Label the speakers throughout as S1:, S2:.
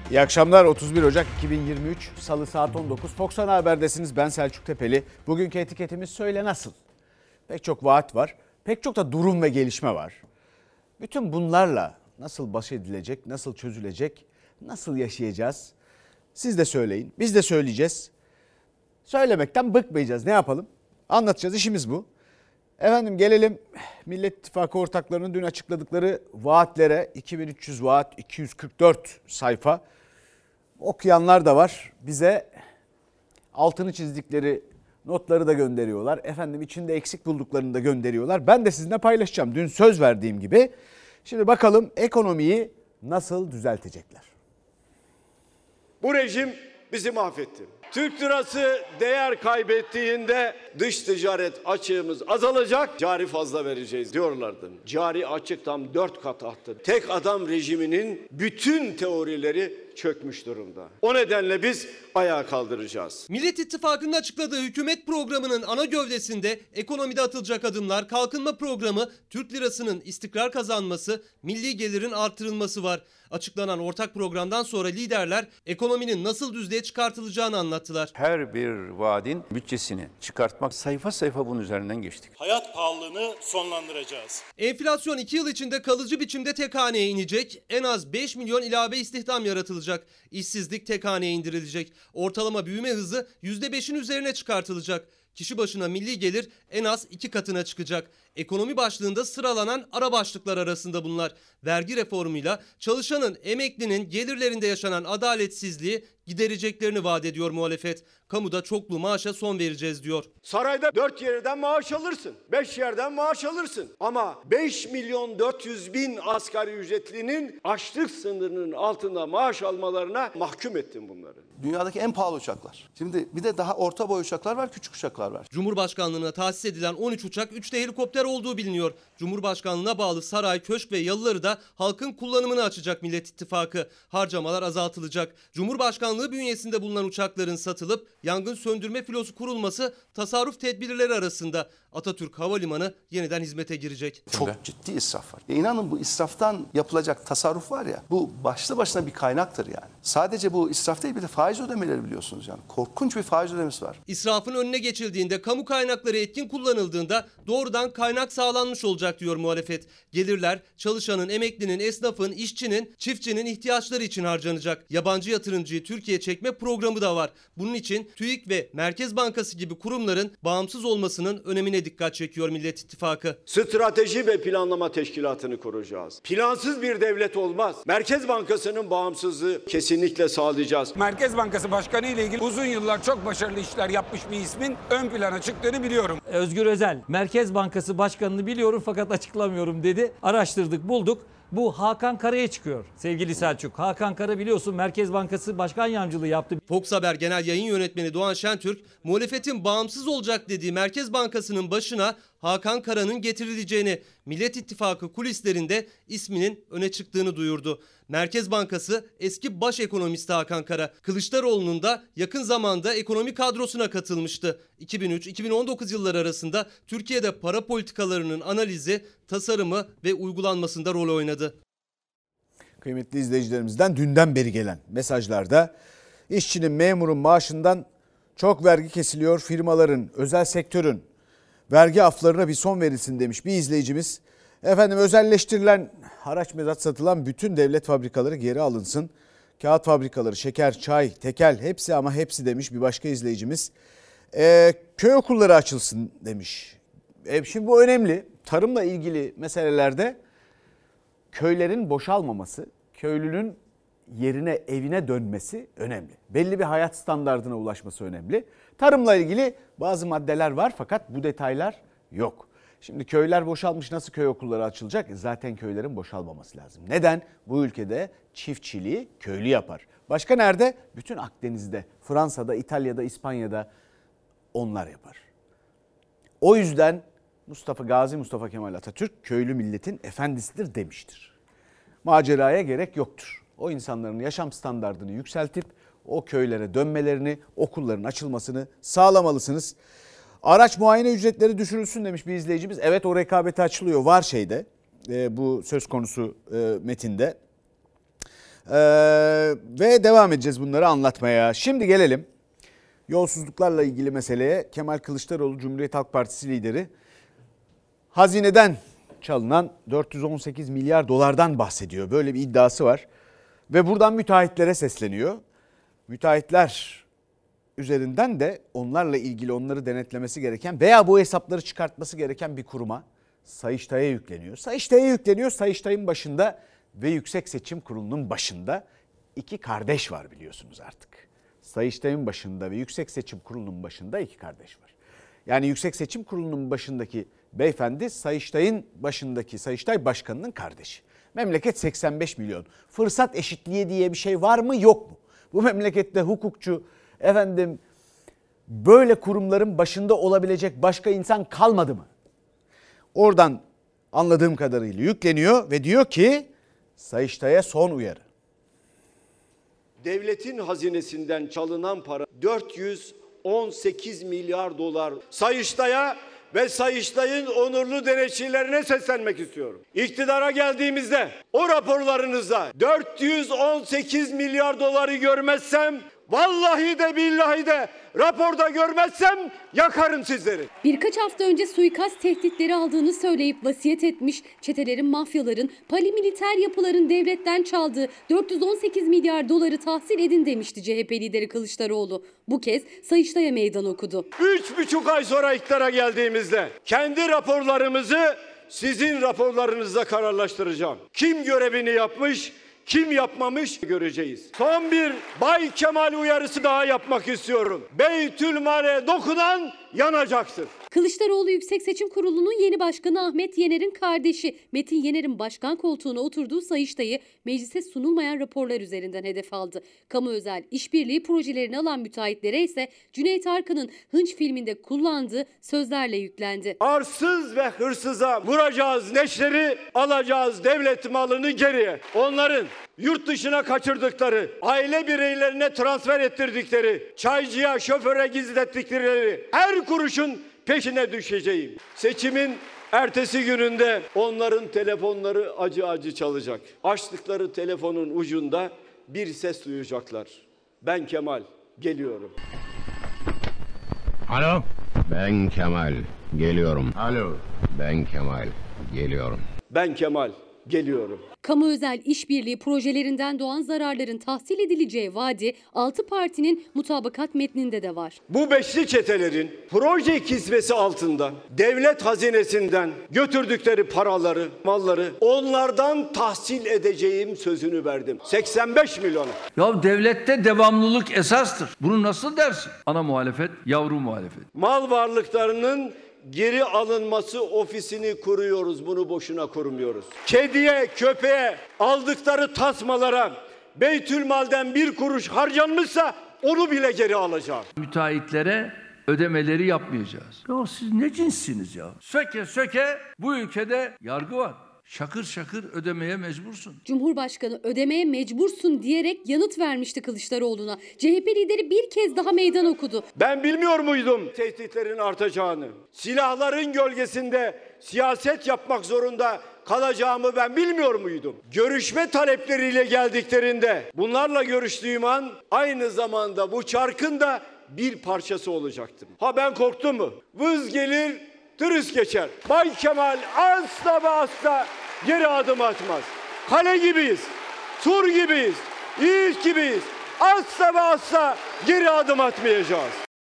S1: İyi akşamlar. 31 Ocak 2023 Salı saat 19. Fox Ana Haber'desiniz. Ben Selçuk Tepeli. Bugünkü etiketimiz Söyle Nasıl? Pek çok vaat var. Pek çok da durum ve gelişme var. Bütün bunlarla nasıl baş edilecek, nasıl çözülecek, nasıl yaşayacağız? Siz de söyleyin. Biz de söyleyeceğiz. Söylemekten bıkmayacağız. Ne yapalım? Anlatacağız. İşimiz bu. Efendim gelelim Millet İttifakı ortaklarının dün açıkladıkları vaatlere. 2300 vaat, 244 sayfa. Okuyanlar da var. Bize altını çizdikleri notları da gönderiyorlar. Efendim içinde eksik bulduklarını da gönderiyorlar. Ben de sizinle paylaşacağım. Dün söz verdiğim gibi. Şimdi bakalım ekonomiyi nasıl düzeltecekler?
S2: Bu rejim bizi mahvetti. Türk lirası değer kaybettiğinde dış ticaret açığımız azalacak, cari fazla vereceğiz diyorlardı. Cari açık tam 4 kat arttı. Tek adam rejiminin bütün teorileri çökmüş durumda. O nedenle biz ayağa kaldıracağız.
S3: Millet İttifakı'nın açıkladığı hükümet programının ana gövdesinde ekonomide atılacak adımlar, kalkınma programı, Türk lirasının istikrar kazanması, milli gelirin artırılması var. Açıklanan ortak programdan sonra liderler ekonominin nasıl düzlüğe çıkartılacağını anlattılar.
S4: Her bir vaadin bütçesini çıkartmak, sayfa sayfa bunun üzerinden geçtik.
S5: Hayat pahalılığını sonlandıracağız.
S3: Enflasyon 2 yıl içinde kalıcı biçimde tek haneye inecek. En az 5 milyon ilave istihdam yaratılacak. İşsizlik tek haneye indirilecek. Ortalama büyüme hızı %5'in üzerine çıkartılacak. Kişi başına milli gelir en az 2 katına çıkacak. Ekonomi başlığında sıralanan ara başlıklar arasında bunlar. Vergi reformuyla çalışanın, emeklinin gelirlerinde yaşanan adaletsizliği gidereceklerini vaat ediyor muhalefet. Kamuda çoklu maaşa son vereceğiz diyor.
S2: Sarayda 4 yerden maaş alırsın, 5 yerden maaş alırsın. Ama 5.400.000 asgari ücretlinin açlık sınırının altında maaş almalarına mahkum ettin bunları.
S6: Dünyadaki en pahalı uçaklar. Şimdi bir de daha orta boy uçaklar var, küçük uçaklar var.
S3: Cumhurbaşkanlığına tahsis edilen 13 uçak, 3 de helikopter olduğu biliniyor. Cumhurbaşkanlığına bağlı saray, köşk ve yalıları da halkın kullanımını açacak Millet İttifakı. Harcamalar azaltılacak. Cumhurbaşkanlığı bünyesinde bulunan uçakların satılıp yangın söndürme filosu kurulması tasarruf tedbirleri arasında. Atatürk Havalimanı yeniden hizmete girecek.
S6: Çok ciddi israf var. İnanın bu israftan yapılacak tasarruf var ya, bu başlı başına bir kaynaktır yani. Sadece bu israf değil, bir de faiz ödemeleri biliyorsunuz yani. Korkunç bir faiz ödemesi var.
S3: İsrafın önüne geçildiğinde, kamu kaynakları etkin kullanıldığında doğrudan kaynak sağlanmış olacak diyor muhalefet. Gelirler çalışanın, emeklinin, esnafın, işçinin, çiftçinin ihtiyaçları için harcanacak. Yabancı yatırımcıyı Türkiye'ye çekme programı da var. Bunun için TÜİK ve Merkez Bankası gibi kurumların bağımsız olmasının önemine dikkat çekiyor Millet İttifakı.
S2: Strateji ve planlama teşkilatını kuracağız. Plansız bir devlet olmaz. Merkez Bankası'nın bağımsızlığı kesinlikle sağlayacağız.
S7: Merkez Bankası Başkanı ile ilgili uzun yıllar çok başarılı işler yapmış bir ismin ön plana çıktığını biliyorum.
S8: Özgür Özel, Merkez Bankası Başkanı'nı biliyorum fakat açıklamıyorum dedi. Araştırdık, bulduk. Bu Hakan Kara'ya çıkıyor sevgili Selçuk. Hakan Kara biliyorsun Merkez Bankası Başkan Yardımcılığı yaptı.
S3: Fox Haber Genel Yayın Yönetmeni Doğan Şentürk, muhalefetin bağımsız olacak dediği Merkez Bankası'nın başına Hakan Kara'nın getirileceğini, Millet İttifakı kulislerinde isminin öne çıktığını duyurdu. Merkez Bankası eski baş ekonomisti Hakan Kara, Kılıçdaroğlu'nun da yakın zamanda ekonomi kadrosuna katılmıştı. 2003-2019 yılları arasında Türkiye'de para politikalarının analizi, tasarımı ve uygulanmasında rol oynadı.
S1: Kıymetli izleyicilerimizden dünden beri gelen mesajlarda işçinin, memurun maaşından çok vergi kesiliyor, firmaların, özel sektörün vergi aflarına bir son verilsin demiş bir izleyicimiz. Efendim özelleştirilen, haraç mezat satılan bütün devlet fabrikaları geri alınsın. Kağıt fabrikaları, şeker, çay, tekel hepsi ama hepsi demiş bir başka izleyicimiz. Köy okulları açılsın demiş. Şimdi bu önemli. Tarımla ilgili meselelerde köylerin boşalmaması, köylünün yerine, evine dönmesi önemli. Belli bir hayat standardına ulaşması önemli. Tarımla ilgili bazı maddeler var fakat bu detaylar yok. Şimdi köyler boşalmış, nasıl köy okulları açılacak? Zaten köylerin boşalmaması lazım. Neden? Bu ülkede çiftçiliği köylü yapar. Başka nerede? Bütün Akdeniz'de, Fransa'da, İtalya'da, İspanya'da onlar yapar. O yüzden Mustafa Kemal Atatürk köylü milletin efendisidir demiştir. Maceraya gerek yoktur. O insanların yaşam standardını yükseltip o köylere dönmelerini, okulların açılmasını sağlamalısınız. Araç muayene ücretleri düşürülsün demiş bir izleyicimiz. Evet, o rekabete açılıyor, var şeyde, bu söz konusu metinde. Ve devam edeceğiz bunları anlatmaya. Şimdi gelelim yolsuzluklarla ilgili meseleye. Kemal Kılıçdaroğlu, Cumhuriyet Halk Partisi lideri, hazineden çalınan 418 milyar dolardan bahsediyor. Böyle bir iddiası var. Ve buradan müteahhitlere sesleniyor. Müteahhitler üzerinden de onlarla ilgili, onları denetlemesi gereken veya bu hesapları çıkartması gereken bir kuruma, Sayıştay'a yükleniyor. Sayıştay'a yükleniyor. Sayıştay'ın başında ve Yüksek Seçim Kurulu'nun başında iki kardeş var biliyorsunuz artık. Sayıştay'ın başında ve Yüksek Seçim Kurulu'nun başında iki kardeş var. Yani Yüksek Seçim Kurulu'nun başındaki beyefendi Sayıştay'ın başındaki Sayıştay Başkanı'nın kardeşi. Memleket 85 milyon. Fırsat eşitliği diye bir şey var mı yok mu? Bu memlekette hukukçu, böyle kurumların başında olabilecek başka insan kalmadı mı? Oradan anladığım kadarıyla yükleniyor ve diyor ki Sayıştay'a son uyarı.
S2: Devletin hazinesinden çalınan para 418 milyar dolar. Sayıştay'a ve Sayıştay'ın onurlu denetçilerine seslenmek istiyorum. İktidara geldiğimizde o raporlarınızda 418 milyar doları görmezsem, vallahi de billahi de raporda görmezsem yakarım sizleri.
S9: Birkaç hafta önce suikast tehditleri aldığını söyleyip vasiyet etmiş, çetelerin, mafyaların, paramiliter yapıların devletten çaldığı 418 milyar doları tahsil edin demişti CHP lideri Kılıçdaroğlu. Bu kez Sayıştay'a meydan okudu.
S2: 3,5 ay sonra iktidara geldiğimizde kendi raporlarımızı sizin raporlarınızla kararlaştıracağım. Kim görevini yapmış, kim yapmamış göreceğiz. Son bir Bay Kemal uyarısı daha yapmak istiyorum. Beytülmale dokunan yanacaktır.
S9: Kılıçdaroğlu Yüksek Seçim Kurulu'nun yeni başkanı Ahmet Yener'in kardeşi. Metin Yener'in başkan koltuğuna oturduğu Sayıştay'ı meclise sunulmayan raporlar üzerinden hedef aldı. Kamu özel işbirliği projelerini alan müteahhitlere ise Cüneyt Arkın'ın Hınç filminde kullandığı sözlerle yüklendi.
S2: Arsız ve hırsıza vuracağız neşleri, alacağız devlet malını geriye. Onların yurt dışına kaçırdıkları, aile bireylerine transfer ettirdikleri, çaycıya, şoföre gizlettikleri her kuruşun peşine düşeceğim. Seçimin ertesi gününde onların telefonları acı acı çalacak. Açtıkları telefonun ucunda bir ses duyacaklar. Ben Kemal, geliyorum.
S10: Alo. Ben Kemal, geliyorum. Alo. Ben Kemal, geliyorum.
S2: Ben Kemal, geliyorum.
S9: Kamu özel işbirliği projelerinden doğan zararların tahsil edileceği vaadi 6 partinin mutabakat metninde de var.
S2: Bu beşli çetelerin proje kisvesi altında devlet hazinesinden götürdükleri paraları, malları onlardan tahsil edeceğim sözünü verdim. 85 milyona.
S11: Ya devlette devamlılık esastır. Bunu nasıl dersin? Ana muhalefet, yavru muhalefet.
S2: Mal varlıklarının geri alınması ofisini kuruyoruz. Bunu boşuna kurmuyoruz. Kediye, köpeğe aldıkları tasmalara Beytülmal'den bir kuruş harcanmışsa onu bile geri alacağız.
S11: Müteahhitlere ödemeleri yapmayacağız. Ya siz ne cinssiniz ya? Söke söke bu ülkede yargı var. Şakır şakır ödemeye mecbursun.
S9: Cumhurbaşkanı ödemeye mecbursun diyerek yanıt vermişti Kılıçdaroğlu'na. CHP lideri bir kez daha meydan okudu.
S2: Ben bilmiyor muydum tehditlerin artacağını? Silahların gölgesinde siyaset yapmak zorunda kalacağımı ben bilmiyor muydum? Görüşme talepleriyle geldiklerinde bunlarla görüştüğüm an aynı zamanda bu çarkın da bir parçası olacaktım. Ha ben korktum mu? Vız gelir, tırıs geçer. Bay Kemal asla ve asla geri adım atmaz. Kale gibiyiz, sur gibiyiz, yiğit gibiyiz. Asla ve asla geri adım atmayacağız.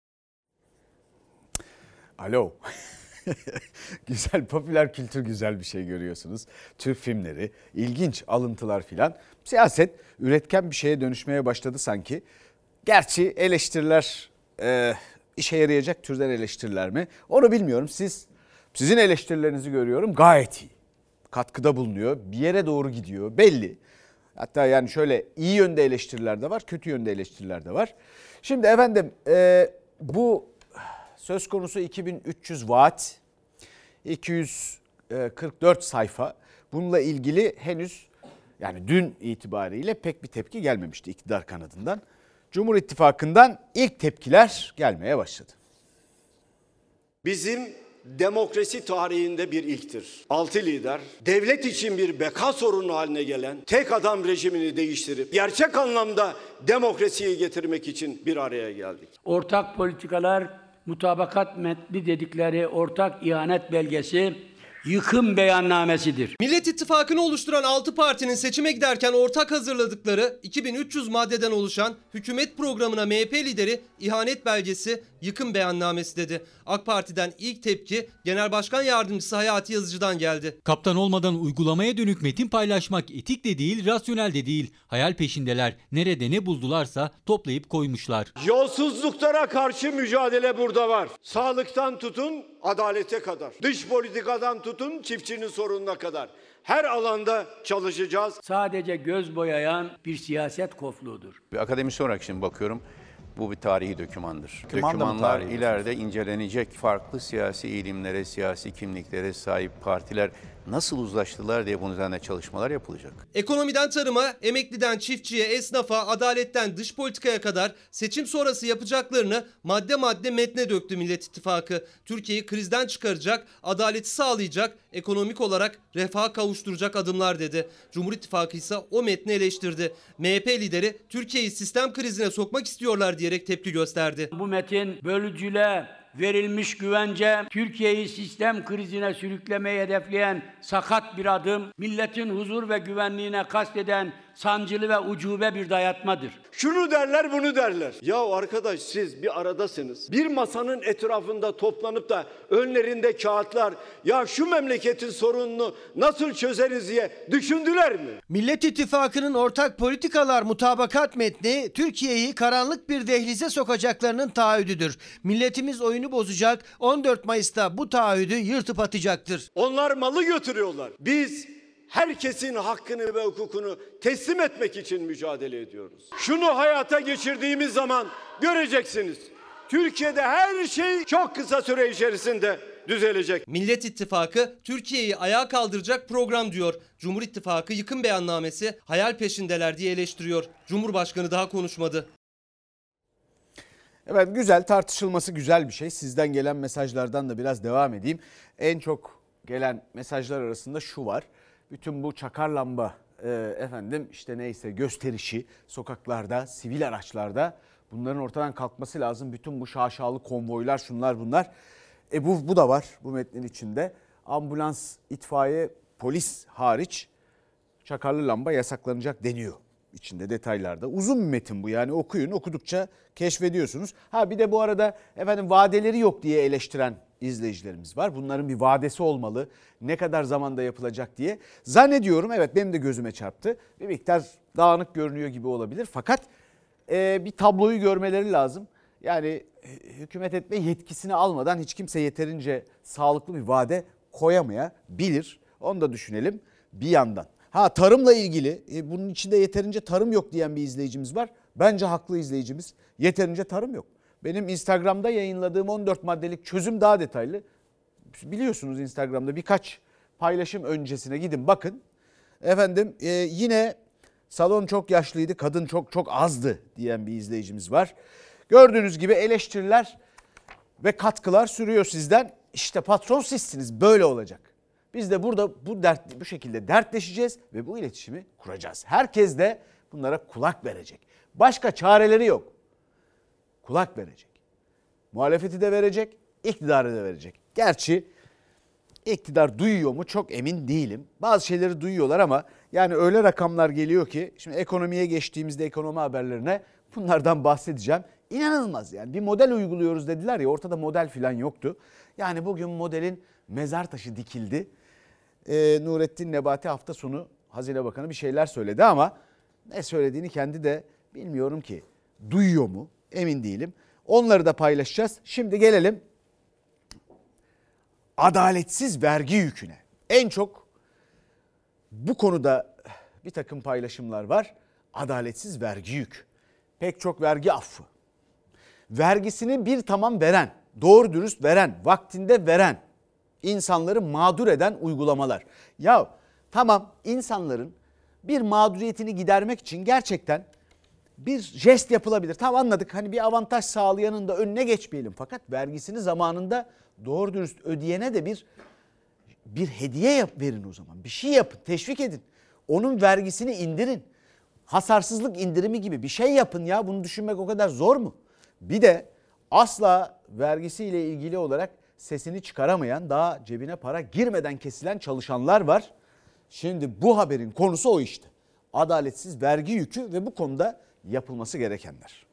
S1: Alo. Güzel, popüler kültür güzel bir şey görüyorsunuz. Türk filmleri, ilginç alıntılar filan. Siyaset üretken bir şeye dönüşmeye başladı sanki. Gerçi eleştiriler işe yarayacak türden eleştiriler mi? Onu bilmiyorum. Sizin eleştirilerinizi görüyorum. Gayet iyi. Katkıda bulunuyor. Bir yere doğru gidiyor. Belli. Hatta yani şöyle iyi yönde eleştiriler de var, kötü yönde eleştiriler de var. Şimdi efendim bu söz konusu 2300 vaat, 244 sayfa. Bununla ilgili henüz yani dün itibariyle pek bir tepki gelmemişti iktidar kanadından. Cumhur İttifakı'ndan ilk tepkiler gelmeye başladı.
S2: Bizim demokrasi tarihinde bir ilktir. 6 lider devlet için bir beka sorunu haline gelen tek adam rejimini değiştirip gerçek anlamda demokrasiyi getirmek için bir araya geldik.
S12: Ortak politikalar mutabakat metni dedikleri ortak ihanet belgesi yıkım beyannamesidir.
S3: Millet İttifakı'nı oluşturan 6 partinin seçime giderken ortak hazırladıkları 2300 maddeden oluşan hükümet programına MHP lideri ihanet belgesi, yıkım beyannamesi dedi. AK Parti'den ilk tepki Genel Başkan Yardımcısı Hayati Yazıcı'dan geldi.
S13: Kaptan olmadan uygulamaya dönük metin paylaşmak etik de değil, rasyonel de değil. Hayal peşindeler. Nerede ne buldularsa toplayıp koymuşlar.
S2: Yolsuzluklara karşı mücadele burada var. Sağlıktan tutun adalete kadar. Dış politikadan tutun çiftçinin sorununa kadar. Her alanda çalışacağız.
S12: Sadece göz boyayan bir siyaset kofluğudur.
S4: Bir akademisyen olarak şimdi bakıyorum. Bu bir tarihi dokümandır.
S1: Doküman da mı
S4: Dokümanlar
S1: tarihi
S4: ileride incelenecek. Farklı siyasi eğilimlere, siyasi kimliklere sahip partiler nasıl uzlaştılar diye bunun üzerine çalışmalar yapılacak.
S3: Ekonomiden tarıma, emekliden çiftçiye, esnafa, adaletten dış politikaya kadar seçim sonrası yapacaklarını madde madde metne döktü Millet İttifakı. Türkiye'yi krizden çıkaracak, adaleti sağlayacak, ekonomik olarak refaha kavuşturacak adımlar dedi. Cumhur İttifakı ise o metni eleştirdi. MHP lideri Türkiye'yi sistem krizine sokmak istiyorlar diyerek tepki gösterdi.
S12: Bu metin bölücülüğe verilmiş güvence, Türkiye'yi sistem krizine sürüklemeyi hedefleyen sakat bir adım, milletin huzur ve güvenliğine kasteden sancılı ve ucube bir dayatmadır.
S2: Şunu derler, bunu derler. Ya arkadaş siz bir aradasınız. Bir masanın etrafında toplanıp da önlerinde kağıtlar, ya şu memleketin sorununu nasıl çözeriz diye düşündüler mi?
S14: Millet İttifakı'nın ortak politikalar mutabakat metni Türkiye'yi karanlık bir dehlize sokacaklarının taahhüdüdür. Milletimiz oyunu bozacak, 14 Mayıs'ta bu taahhüdü yırtıp atacaktır.
S2: Onlar malı götürüyorlar. Biz herkesin hakkını ve hukukunu teslim etmek için mücadele ediyoruz. Şunu hayata geçirdiğimiz zaman göreceksiniz. Türkiye'de her şey çok kısa süre içerisinde düzelecek.
S3: Millet İttifakı Türkiye'yi ayağa kaldıracak program diyor. Cumhur İttifakı yıkım beyannamesi, hayal peşindeler diye eleştiriyor. Cumhurbaşkanı daha konuşmadı.
S1: Evet, güzel, tartışılması güzel bir şey. Sizden gelen mesajlardan da biraz devam edeyim. En çok gelen mesajlar arasında şu var. Bütün bu çakar lamba işte neyse gösterişi sokaklarda, sivil araçlarda bunların ortadan kalkması lazım. Bütün bu şaşalı konvoylar, şunlar bunlar. Bu da var bu metnin içinde. Ambulans, itfaiye, polis hariç çakarlı lamba yasaklanacak deniyor. İçinde detaylarda. Uzun bir metin bu, yani okuyun, okudukça keşfediyorsunuz. Bir de bu arada vadeleri yok diye eleştiren izleyicilerimiz var. Bunların bir vadesi olmalı. Ne kadar zamanda yapılacak diye. Zannediyorum, evet, benim de gözüme çarptı. Bir miktar dağınık görünüyor gibi olabilir. Fakat bir tabloyu görmeleri lazım. Yani hükümet etme yetkisini almadan hiç kimse yeterince sağlıklı bir vade koyamayabilir. Onu da düşünelim bir yandan. Tarımla ilgili bunun içinde yeterince tarım yok diyen bir izleyicimiz var. Bence haklı izleyicimiz. Yeterince tarım yok. Benim Instagram'da yayınladığım 14 maddelik çözüm daha detaylı. Biliyorsunuz Instagram'da birkaç paylaşım öncesine gidin bakın. Yine salon çok yaşlıydı, kadın çok azdı diyen bir izleyicimiz var. Gördüğünüz gibi eleştiriler ve katkılar sürüyor sizden. İşte patron sizsiniz, böyle olacak. Biz de burada bu şekilde dertleşeceğiz ve bu iletişimi kuracağız. Herkes de bunlara kulak verecek. Başka çareleri yok. Kulak verecek. Muhalefeti de verecek, iktidarı da verecek. Gerçi iktidar duyuyor mu çok emin değilim. Bazı şeyleri duyuyorlar ama yani öyle rakamlar geliyor ki şimdi ekonomiye geçtiğimizde ekonomi haberlerine bunlardan bahsedeceğim. İnanılmaz yani, bir model uyguluyoruz dediler ya, ortada model falan yoktu. Yani bugün modelin mezar taşı dikildi. Nurettin Nebati hafta sonu Hazine Bakanı bir şeyler söyledi ama ne söylediğini kendi de bilmiyorum ki. Duyuyor mu? Emin değilim. Onları da paylaşacağız. Şimdi gelelim adaletsiz vergi yüküne. En çok bu konuda bir takım paylaşımlar var. Adaletsiz vergi yük. Pek çok vergi affı. Vergisini bir tamam veren, doğru dürüst veren, vaktinde veren, insanları mağdur eden uygulamalar. Ya tamam, insanların bir mağduriyetini gidermek için gerçekten bir jest yapılabilir. Tamam, anladık. Hani bir avantaj sağlayanın da önüne geçmeyelim. Fakat vergisini zamanında doğru dürüst ödeyene de bir hediye verin o zaman. Bir şey yapın, teşvik edin. Onun vergisini indirin. Hasarsızlık indirimi gibi bir şey yapın ya. Bunu düşünmek o kadar zor mu? Bir de asla vergisiyle ilgili olarak sesini çıkaramayan, daha cebine para girmeden kesilen çalışanlar var. Şimdi bu haberin konusu o işte. Adaletsiz vergi yükü ve bu konuda yapılması gerekenler.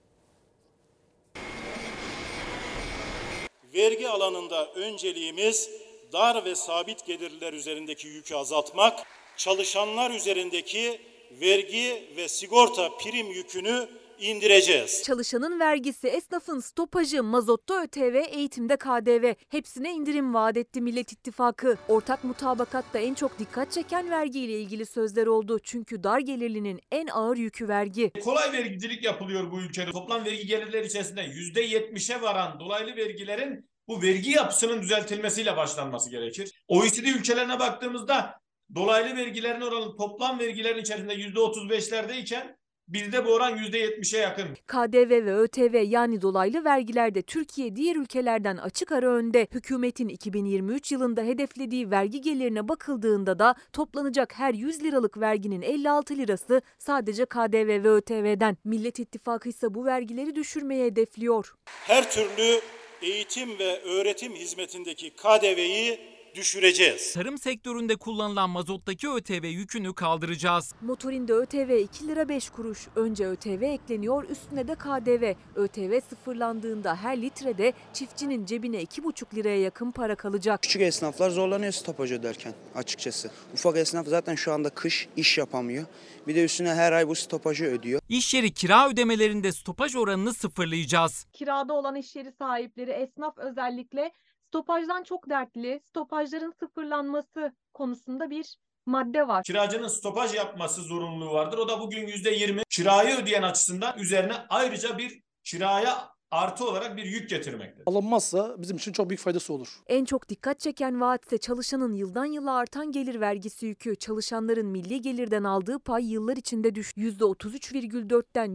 S5: Vergi alanında önceliğimiz dar ve sabit gelirler üzerindeki yükü azaltmak, çalışanlar üzerindeki vergi ve sigorta prim yükünü indireceğiz.
S15: Çalışanın vergisi, esnafın stopajı, mazotta ÖTV, eğitimde KDV hepsine indirim vaat etti Millet İttifakı. Ortak mutabakatta en çok dikkat çeken vergiyle ilgili sözler oldu. Çünkü dar gelirlinin en ağır yükü vergi.
S16: Kolay vergicilik yapılıyor bu ülkede. Toplam vergi gelirleri içerisinde %70'e varan dolaylı vergilerin bu vergi yapısının düzeltilmesiyle başlanması gerekir. OECD ülkelerine baktığımızda dolaylı vergilerin oranı toplam vergilerin içerisinde %35'lerdeyken bizde bu oran %70'e yakın.
S15: KDV ve ÖTV yani dolaylı vergilerde Türkiye diğer ülkelerden açık ara önde. Hükümetin 2023 yılında hedeflediği vergi gelirine bakıldığında da toplanacak her 100 liralık verginin 56 lirası sadece KDV ve ÖTV'den. Millet İttifakı ise bu vergileri düşürmeye hedefliyor.
S5: Her türlü eğitim ve öğretim hizmetindeki KDV'yi düşüreceğiz.
S17: Tarım sektöründe kullanılan mazottaki ÖTV yükünü kaldıracağız.
S15: Motorinde ÖTV 2 lira 5 kuruş. Önce ÖTV ekleniyor, üstüne de KDV. ÖTV sıfırlandığında her litrede çiftçinin cebine 2,5 liraya yakın para kalacak.
S18: Küçük esnaflar zorlanıyor stopaj öderken açıkçası. Ufak esnaf zaten şu anda kış iş yapamıyor. Bir de üstüne her ay bu stopajı ödüyor.
S17: İş yeri kira ödemelerinde stopaj oranını sıfırlayacağız.
S19: Kirada olan iş yeri sahipleri, esnaf özellikle stopajdan çok dertli. Stopajların sıfırlanması konusunda bir madde var.
S16: Kiracının stopaj yapması zorunluluğu vardır. O da bugün %20. Kirayı ödeyen açısından üzerine ayrıca bir kiraya artı olarak bir yük getirmektedir.
S20: Alınmazsa bizim için çok büyük faydası olur.
S15: En çok dikkat çeken vaat ise çalışanın yıldan yıla artan gelir vergisi yükü. Çalışanların milli gelirden aldığı pay yıllar içinde düştü. %33,4'ten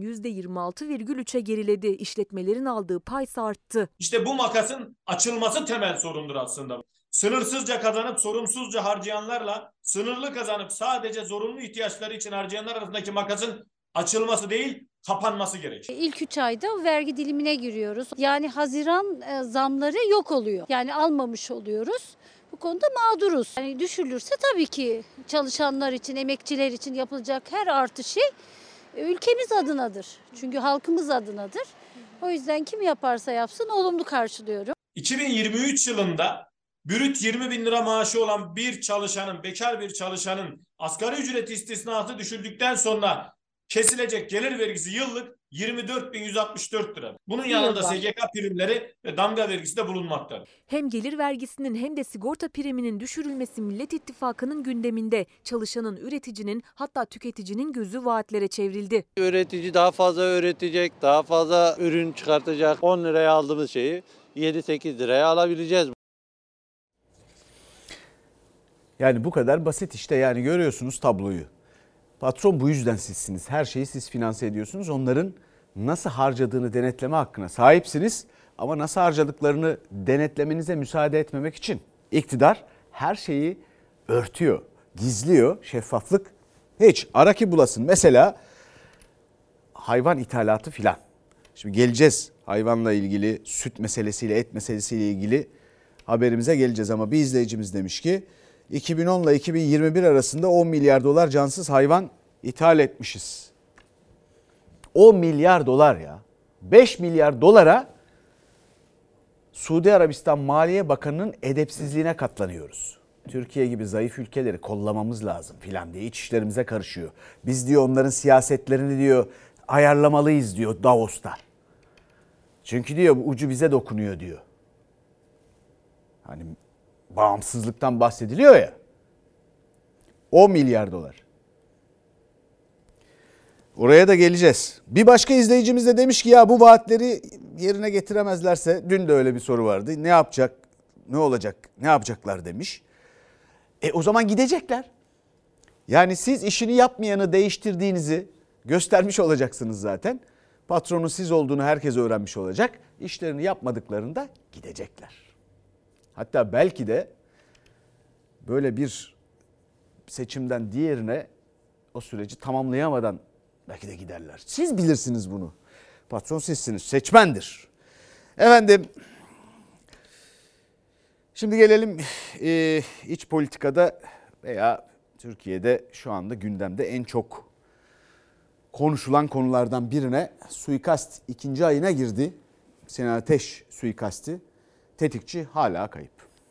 S15: %26,3'e geriledi. İşletmelerin aldığı pay arttı.
S16: İşte bu makasın açılması temel sorundur aslında. Sınırsızca kazanıp sorumsuzca harcayanlarla sınırlı kazanıp sadece zorunlu ihtiyaçları için harcayanlar arasındaki makasın açılması değil, kapanması gerekiyor.
S21: İlk 3 ayda vergi dilimine giriyoruz. Yani Haziran zamları yok oluyor. Yani almamış oluyoruz. Bu konuda mağduruz. Yani düşürülürse tabii ki çalışanlar için, emekçiler için yapılacak her artı şey ülkemiz adınadır. Çünkü halkımız adınadır. O yüzden kim yaparsa yapsın olumlu karşılıyorum.
S16: 2023 yılında brüt 20 bin lira maaşı olan bir çalışanın, bekar bir çalışanın asgari ücret istisnası düşürdükten sonra kesilecek gelir vergisi yıllık 24.164 lira. Bunun yanında SGK primleri ve damga vergisi de bulunmaktadır.
S15: Hem gelir vergisinin hem de sigorta priminin düşürülmesi Millet İttifakı'nın gündeminde. Çalışanın, üreticinin hatta tüketicinin gözü vaatlere çevrildi.
S22: Üretici daha fazla üretecek, daha fazla ürün çıkartacak. 10 liraya aldığımız şeyi 7-8 liraya alabileceğiz.
S1: Yani bu kadar basit işte, yani görüyorsunuz tabloyu. Patron bu yüzden sizsiniz. Her şeyi siz finanse ediyorsunuz. Onların nasıl harcadığını denetleme hakkına sahipsiniz. Ama nasıl harcadıklarını denetlemenize müsaade etmemek için iktidar her şeyi örtüyor, gizliyor. Şeffaflık hiç, ara ki bulasın. Mesela hayvan ithalatı filan. Şimdi geleceğiz hayvanla ilgili, süt meselesiyle, et meselesiyle ilgili haberimize geleceğiz. Ama bir izleyicimiz demiş ki 2010 ile 2021 arasında 10 milyar dolar cansız hayvan ithal etmişiz. 10 milyar dolar ya. 5 milyar dolara Suudi Arabistan Maliye Bakanı'nın edepsizliğine katlanıyoruz. Türkiye gibi zayıf ülkeleri kollamamız lazım filan diye iç işlerimize karışıyor. Biz diyor onların siyasetlerini diyor ayarlamalıyız diyor Davos'ta. Çünkü diyor bu ucu bize dokunuyor diyor. Hani bağımsızlıktan bahsediliyor ya. 10 milyar dolar. Oraya da geleceğiz. Bir başka izleyicimiz de demiş ki ya bu vaatleri yerine getiremezlerse, dün de öyle bir soru vardı. Ne yapacak? Ne olacak? Ne yapacaklar demiş. O zaman gidecekler. Yani siz işini yapmayanı değiştirdiğinizi göstermiş olacaksınız zaten. Patronun siz olduğunu herkes öğrenmiş olacak. İşlerini yapmadıklarında gidecekler. Hatta belki de böyle bir seçimden diğerine o süreci tamamlayamadan belki de giderler. Siz bilirsiniz bunu. Patron sizsiniz, seçmendir. Efendim, şimdi gelelim iç politikada veya Türkiye'de şu anda gündemde en çok konuşulan konulardan birine. Suikast 2. ayına girdi. Sinan Ateş suikasti. Tetikçi hala kayıp.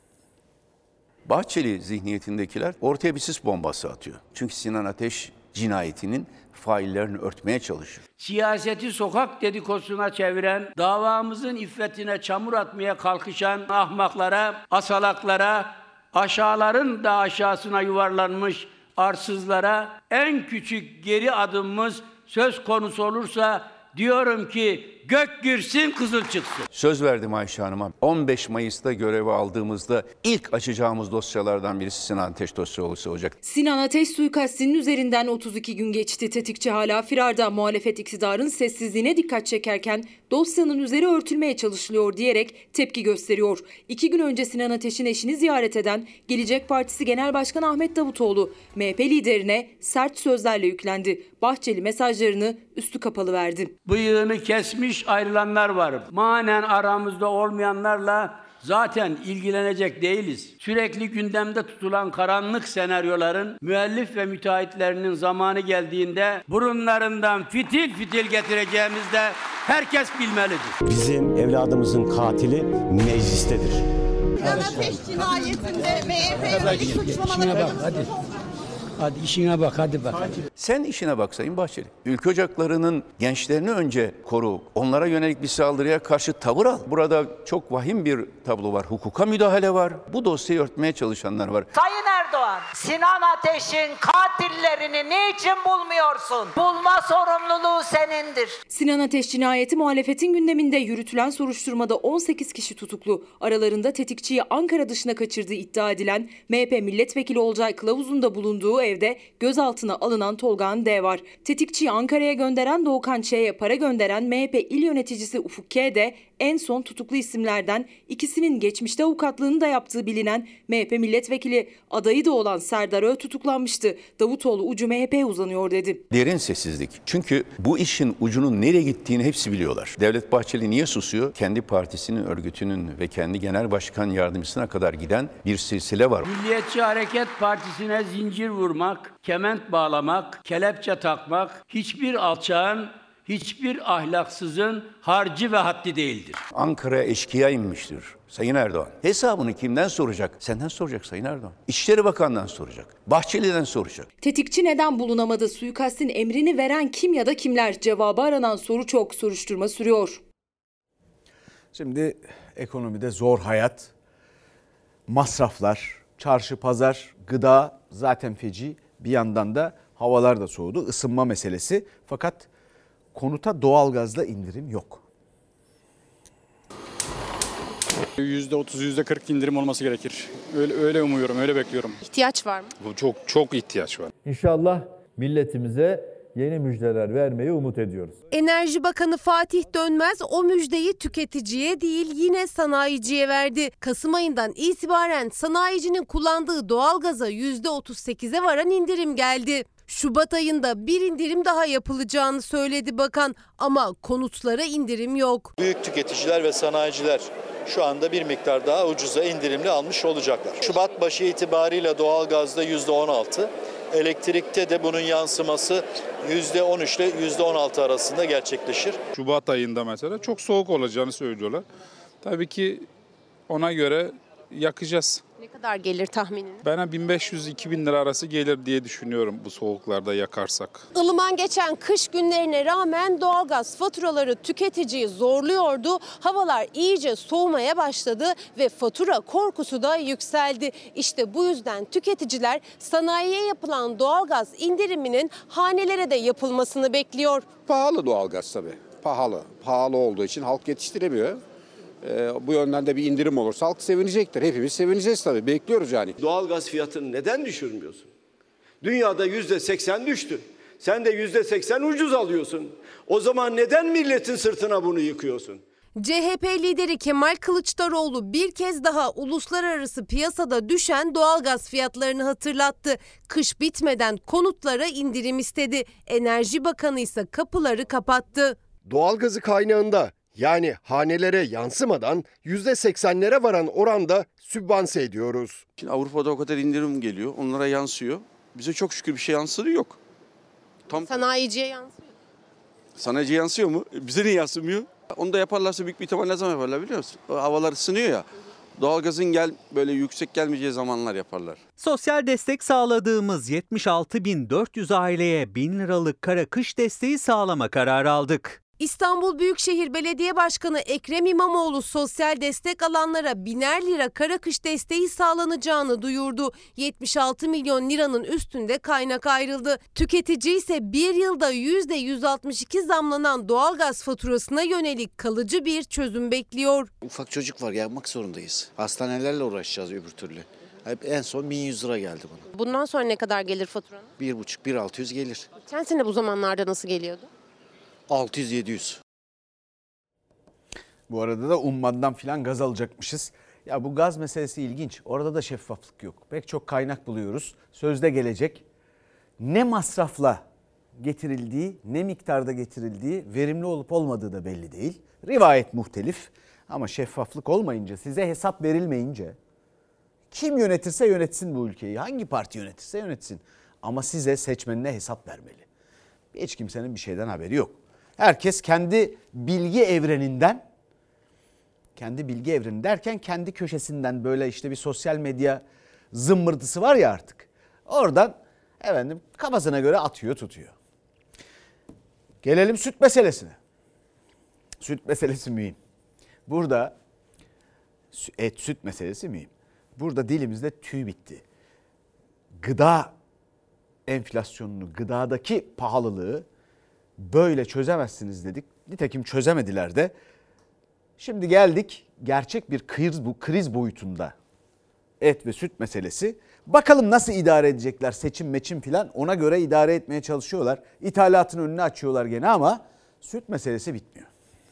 S4: Bahçeli zihniyetindekiler ortaya bir sis bombası atıyor. Çünkü Sinan Ateş cinayetinin faillerini örtmeye çalışıyor.
S12: Siyaseti sokak dedikodusuna çeviren, davamızın iffetine çamur atmaya kalkışan ahmaklara, asalaklara, aşağıların da aşağısına yuvarlanmış arsızlara en küçük geri adımımız söz konusu olursa diyorum ki gök girsin, kızıl çıksın.
S4: Söz verdim Ayşe Hanım'a. 15 Mayıs'ta görevi aldığımızda ilk açacağımız dosyalardan birisi Sinan Ateş dosyası olacak.
S6: Sinan Ateş suikastinin üzerinden 32 gün geçti. Tetikçi hala firarda. Muhalefet iktidarın sessizliğine dikkat çekerken dosyanın üzeri örtülmeye çalışılıyor diyerek tepki gösteriyor. 2 gün önce Sinan Ateş'in eşini ziyaret eden Gelecek Partisi Genel Başkanı Ahmet Davutoğlu MHP liderine sert sözlerle yüklendi. Bahçeli mesajlarını üstü kapalı verdi.
S12: Bıyığını kesmiş ayrılanlar var. Manen aramızda olmayanlarla zaten ilgilenecek değiliz. Sürekli gündemde tutulan karanlık senaryoların müellif ve müteahhitlerinin zamanı geldiğinde burunlarından fitil fitil getireceğimiz de herkes bilmelidir.
S7: Bizim evladımızın katili meclistedir.
S23: Sinan Ateş cinayetinde MHP'nin suçlamaları...
S22: Hadi işine bak, hadi bak.
S4: Sen işine bak Sayın Bahçeli. Ülke ocaklarının gençlerini önce koru. Onlara yönelik bir saldırıya karşı tavır al. Burada çok vahim bir tablo var. Hukuka müdahale var. Bu dosyayı örtmeye çalışanlar var.
S24: Sayın Erdoğan, Sinan Ateş'in katillerini niçin bulmuyorsun? Bulma sorumluluğu senindir.
S6: Sinan Ateş cinayeti muhalefetin gündeminde. Yürütülen soruşturmada 18 kişi tutuklu. Aralarında tetikçiyi Ankara dışına kaçırdığı iddia edilen MHP milletvekili Olcay Kılavuz'un da bulunduğu evde gözaltına alınan Tolga D. var. Tetikçiyi Ankara'ya gönderen Doğukan Ç'ye para gönderen MHP il yöneticisi Ufuk K. de en son tutuklu isimlerden. İkisinin geçmişte avukatlığını da yaptığı bilinen MHP milletvekili adayı da olan Serdar Ö tutuklanmıştı. Davutoğlu ucu MHP'ye uzanıyor dedi.
S4: Derin sessizlik. Çünkü bu işin ucunun nereye gittiğini hepsi biliyorlar. Devlet Bahçeli niye susuyor? Kendi partisinin, örgütünün ve kendi genel başkan yardımcısına kadar giden bir silsile var.
S12: Milliyetçi Hareket Partisi'ne zincir vurmak, kement bağlamak, kelepçe takmak hiçbir alçağın, hiçbir ahlaksızın harcı ve haddi değildir.
S4: Ankara'ya eşkıya inmiştir Sayın Erdoğan. Hesabını kimden soracak? Senden soracak Sayın Erdoğan. İçişleri Bakanı'ndan soracak. Bahçeli'den soracak.
S6: Tetikçi neden bulunamadı? Suikastin emrini veren kim ya da kimler? Cevabı aranan soru çok. Soruşturma sürüyor.
S1: Şimdi ekonomide zor hayat, masraflar, çarşı, pazar, gıda zaten feci. Bir yandan da havalar da soğudu. Isınma meselesi. Fakat konuta doğalgazda indirim yok.
S25: %30, %40 indirim olması gerekir. Öyle umuyorum, öyle bekliyorum.
S26: İhtiyaç var mı?
S25: Bu çok ihtiyaç var.
S27: İnşallah milletimize yeni müjdeler vermeyi umut ediyoruz.
S26: Enerji Bakanı Fatih Dönmez o müjdeyi tüketiciye değil yine sanayiciye verdi. Kasım ayından itibaren sanayicinin kullandığı doğalgaza %38'e varan indirim geldi. Şubat ayında bir indirim daha yapılacağını söyledi bakan ama konutlara indirim yok.
S28: Büyük tüketiciler ve sanayiciler şu anda bir miktar daha ucuza indirimli almış olacaklar. Şubat başı itibariyle doğalgazda %16, elektrikte de bunun yansıması %13 ile %16 arasında gerçekleşir.
S25: Şubat ayında mesela çok soğuk olacağını söylüyorlar. Tabii ki ona göre yakacağız.
S26: Ne kadar gelir tahmininiz?
S25: Bana 1500-2000 lira arası gelir diye düşünüyorum bu soğuklarda yakarsak.
S26: Ilıman geçen kış günlerine rağmen doğalgaz faturaları tüketiciyi zorluyordu. Havalar iyice soğumaya başladı ve fatura korkusu da yükseldi. İşte bu yüzden tüketiciler sanayiye yapılan doğalgaz indiriminin hanelere de yapılmasını bekliyor.
S29: Pahalı doğalgaz tabii. Pahalı olduğu için halk yetiştiremiyor. Bu yönden de bir indirim olursa halk sevinecektir. Hepimiz sevineceğiz tabii. Bekliyoruz yani.
S2: Doğalgaz fiyatını neden düşürmüyorsun? Dünyada %80 düştü. Sen de %80 ucuz alıyorsun. O zaman neden milletin sırtına bunu yıkıyorsun?
S26: CHP lideri Kemal Kılıçdaroğlu bir kez daha uluslararası piyasada düşen doğalgaz fiyatlarını hatırlattı. Kış bitmeden konutlara indirim istedi. Enerji Bakanı ise kapıları kapattı.
S3: Doğalgazı kaynağında yani hanelere yansımadan %80'lere varan oranda sübvanse ediyoruz.
S5: Şimdi Avrupa'da o kadar indirim geliyor, onlara yansıyor. Bize çok şükür bir şey yansıdı yok.
S26: Sanayiciye yansıyor.
S5: Sanayiciye yansıyor mu? Bize niye yansımıyor? Onu da yaparlarsa büyük bir ihtimal ne zaman yaparlar biliyor musun? O havalar ısınıyor ya. Doğalgazın böyle yüksek gelmeyeceği zamanlar yaparlar.
S8: Sosyal destek sağladığımız 76.400 aileye 1000 liralık kara kış desteği sağlama kararı aldık.
S26: İstanbul Büyükşehir Belediye Başkanı Ekrem İmamoğlu sosyal destek alanlara 1000'er lira kara kış desteği sağlanacağını duyurdu. 76 milyon liranın üstünde kaynak ayrıldı. Tüketici ise bir yılda %162 zamlanan doğalgaz faturasına yönelik kalıcı bir çözüm bekliyor.
S9: Ufak çocuk var, yapmak zorundayız. Hastanelerle uğraşacağız öbür türlü. En son 1100 lira geldi buna.
S26: Bundan sonra ne kadar gelir faturanın?
S9: 1,5-1,600 gelir.
S26: Geçen sene bu zamanlarda nasıl geliyordu?
S9: 600-700.
S1: Bu arada da Umman'dan filan gaz alacakmışız. Ya bu gaz meselesi ilginç. Orada da şeffaflık yok. Pek çok kaynak buluyoruz. Sözde gelecek. Ne masrafla getirildiği, ne miktarda getirildiği, verimli olup olmadığı da belli değil. Rivayet muhtelif ama şeffaflık olmayınca, size hesap verilmeyince kim yönetirse yönetsin bu ülkeyi, hangi parti yönetirse yönetsin. Ama size, seçmenine hesap vermeli. Hiç kimsenin bir şeyden haberi yok. Herkes kendi bilgi evreninden, kendi bilgi evreni derken kendi köşesinden, böyle işte bir sosyal medya zımbırtısı var ya artık. Oradan efendim kafasına göre atıyor tutuyor. Gelelim süt meselesine. Süt meselesi mühim. Burada süt meselesi mühim. Burada dilimizde tüy bitti. Gıda enflasyonunu, gıdadaki pahalılığı böyle çözemezsiniz dedik. Nitekim çözemediler de. Şimdi geldik gerçek bir kriz boyutunda et ve süt meselesi. Bakalım nasıl idare edecekler, seçim meçim filan, ona göre idare etmeye çalışıyorlar. İthalatın önünü açıyorlar gene ama süt meselesi bitmiyor.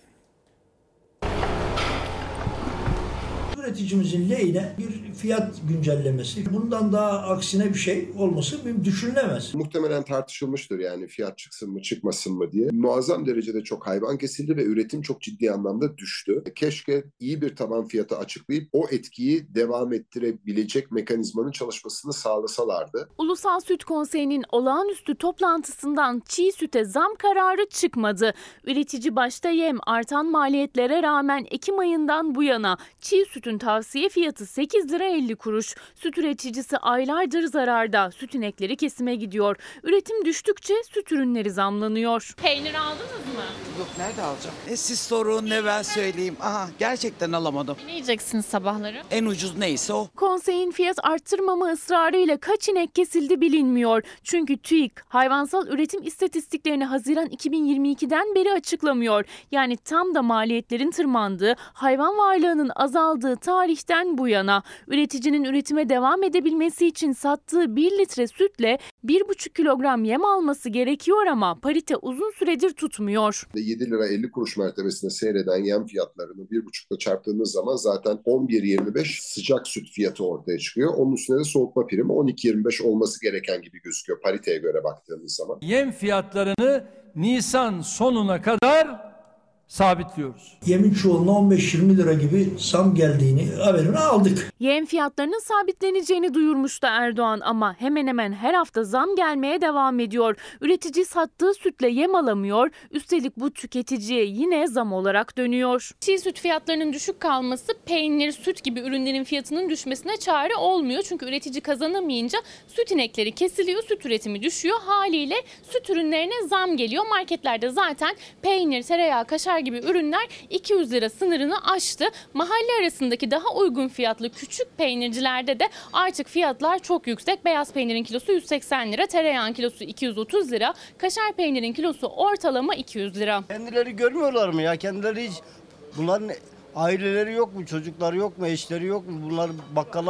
S10: Üreticimizin lehine bir fiyat güncellemesi, bundan daha aksine bir şey olması düşünülemez.
S11: Muhtemelen tartışılmıştır yani fiyat çıksın mı çıkmasın mı diye. Muazzam derecede çok hayvan kesildi ve üretim çok ciddi anlamda düştü. Keşke iyi bir taban fiyatı açıklayıp o etkiyi devam ettirebilecek mekanizmanın çalışmasını sağlasalardı.
S13: Ulusal Süt Konseyi'nin olağanüstü toplantısından çiğ süte zam kararı çıkmadı. Üretici başta yem, artan maliyetlere rağmen Ekim ayından bu yana çiğ sütün tavsiye fiyatı 8 lira 50 kuruş. Süt üreticisi aylardır zararda. Süt inekleri kesime gidiyor. Üretim düştükçe süt ürünleri zamlanıyor.
S14: Peynir aldınız mı?
S18: Yok, nerede alacağım? Ne siz sorun ne ben söyleyeyim. Aha, gerçekten alamadım.
S14: Ne yiyeceksiniz sabahları?
S18: En ucuz neyse o.
S13: Konseyin fiyat arttırmama ısrarıyla kaç inek kesildi bilinmiyor. Çünkü TÜİK hayvansal üretim istatistiklerini Haziran 2022'den beri açıklamıyor. Yani tam da maliyetlerin tırmandığı, hayvan varlığının azaldığı tarihten bu yana. Üreticinin üretime devam edebilmesi için sattığı 1 litre sütle 1,5 kilogram yem alması gerekiyor ama parite uzun süredir tutmuyor.
S11: 7 lira 50 kuruş mertebesinde seyreden yem fiyatlarını 1,5'la çarptığınız zaman zaten 11.25 sıcak süt fiyatı ortaya çıkıyor. Onun üstüne de soğutma primi 12.25 olması gereken gibi gözüküyor pariteye göre baktığınız zaman.
S30: Yem fiyatlarını Nisan sonuna kadar sabitliyoruz.
S10: Yemin çoğunluğuna 15-20 lira gibi zam geldiğini haberini aldık.
S13: Yem fiyatlarının sabitleneceğini duyurmuştu Erdoğan ama hemen hemen her hafta zam gelmeye devam ediyor. Üretici sattığı sütle yem alamıyor. Üstelik bu tüketiciye yine zam olarak dönüyor.
S14: Çiğ süt fiyatlarının düşük kalması peynir, süt gibi ürünlerin fiyatının düşmesine çare olmuyor. Çünkü üretici kazanamayınca süt inekleri kesiliyor, süt üretimi düşüyor. Haliyle süt ürünlerine zam geliyor. Marketlerde zaten peynir, tereyağı, kaşar gibi ürünler 200 lira sınırını aştı. Mahalle arasındaki daha uygun fiyatlı küçük peynircilerde de artık fiyatlar çok yüksek. Beyaz peynirin kilosu 180 lira, tereyağın kilosu 230 lira, kaşar peynirin kilosu ortalama 200 lira.
S31: Kendileri görmüyorlar mı ya? Kendileri hiç, bunların aileleri yok mu? Çocukları yok mu? Eşleri yok mu? Bunlar bakkala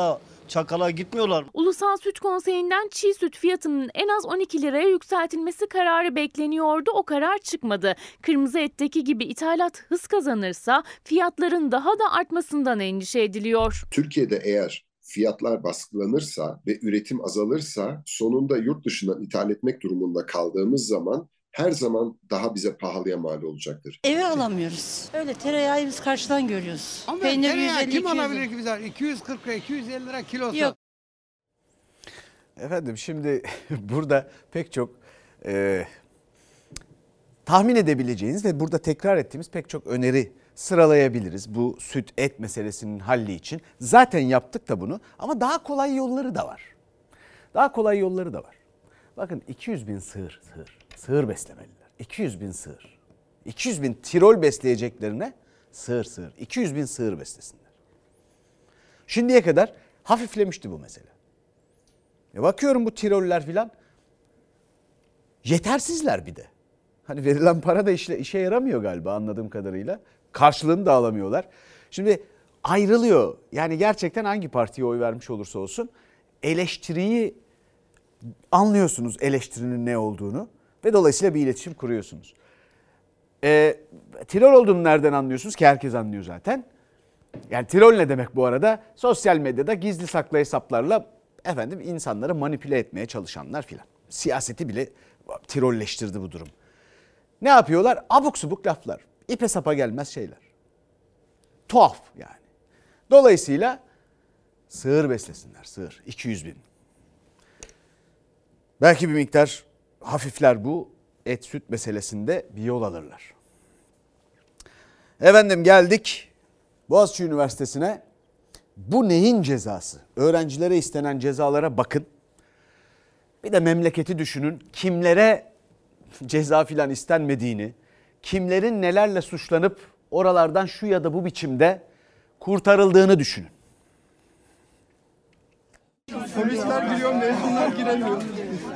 S31: Çakala gitmiyorlar mı?
S13: Ulusal Süt Konseyi'nden çiğ süt fiyatının en az 12 liraya yükseltilmesi kararı bekleniyordu. O karar çıkmadı. Kırmızı etteki gibi ithalat hız kazanırsa fiyatların daha da artmasından endişe ediliyor.
S11: Türkiye'de eğer fiyatlar baskılanırsa ve üretim azalırsa sonunda yurt dışından ithal etmek durumunda kaldığımız zaman her zaman daha bize pahalıya mal olacaktır.
S7: Eve alamıyoruz. Öyle tereyağı biz karşıdan görüyoruz.
S12: Ama
S7: peynir
S12: tereyağı
S7: 150
S12: kim
S7: 200
S12: alabilir ki bize? 240 lira, 250 lira kilosu.
S7: Yok.
S1: Efendim şimdi burada pek çok tahmin edebileceğiniz ve burada tekrar ettiğimiz pek çok öneri sıralayabiliriz bu süt et meselesinin halli için. Zaten yaptık da bunu ama daha kolay yolları da var. Daha kolay yolları da var. Bakın 200 bin sığır beslemeliler. 200 bin sığır. 200 bin Tirol besleyeceklerine sığır. 200 bin sığır beslesinler. Şimdiye kadar hafiflemişti bu mesele. Bakıyorum bu Tiroller filan yetersizler bir de. Hani verilen para da işe yaramıyor galiba anladığım kadarıyla. Karşılığını da alamıyorlar. Şimdi ayrılıyor. Yani gerçekten hangi partiye oy vermiş olursa olsun eleştiriyi anlıyorsunuz, eleştirinin ne olduğunu ve dolayısıyla bir iletişim kuruyorsunuz. Tirol olduğunu nereden anlıyorsunuz ki? Herkes anlıyor zaten. Yani Tirol ne demek bu arada? Sosyal medyada gizli saklı hesaplarla insanları manipüle etmeye çalışanlar filan. Siyaseti bile Tirolleştirdi bu durum. Ne yapıyorlar? Abuk subuk laflar. İpe sapa gelmez şeyler. Tuhaf yani. Dolayısıyla sığır beslesinler. Sığır. 200 bin. Belki bir miktar hafifler bu et süt meselesinde bir yol alırlar. Efendim geldik Boğaziçi Üniversitesi'ne. Bu neyin cezası? Öğrencilere istenen cezalara bakın. Bir de memleketi düşünün. Kimlere ceza filan istenmediğini, kimlerin nelerle suçlanıp oralardan şu ya da bu biçimde kurtarıldığını düşünün.
S12: Polisler giriyor, mezunlar giremiyor.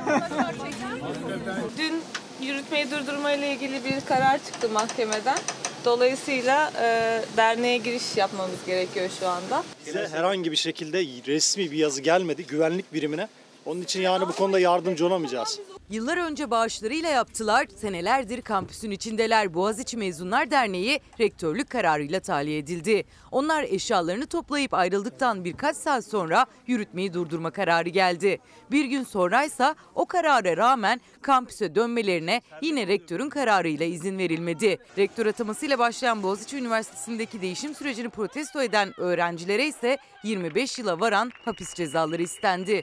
S15: Dün yürütmeyi durdurma ile ilgili bir karar çıktı mahkemeden. Dolayısıyla derneğe giriş yapmamız gerekiyor şu anda.
S31: Bize herhangi bir şekilde resmi bir yazı gelmedi güvenlik birimine. Onun için yani bu konuda yardımcı olamayacağız.
S16: Yıllar önce bağışlarıyla yaptılar, senelerdir kampüsün içindeler. Boğaziçi Mezunlar Derneği rektörlük kararıyla tahliye edildi. Onlar eşyalarını toplayıp ayrıldıktan birkaç saat sonra yürütmeyi durdurma kararı geldi. Bir gün sonraysa o karara rağmen kampüse dönmelerine yine rektörün kararıyla izin verilmedi. Rektör atamasıyla başlayan Boğaziçi Üniversitesi'ndeki değişim sürecini protesto eden öğrencilere ise 25 yıla varan hapis cezaları istendi.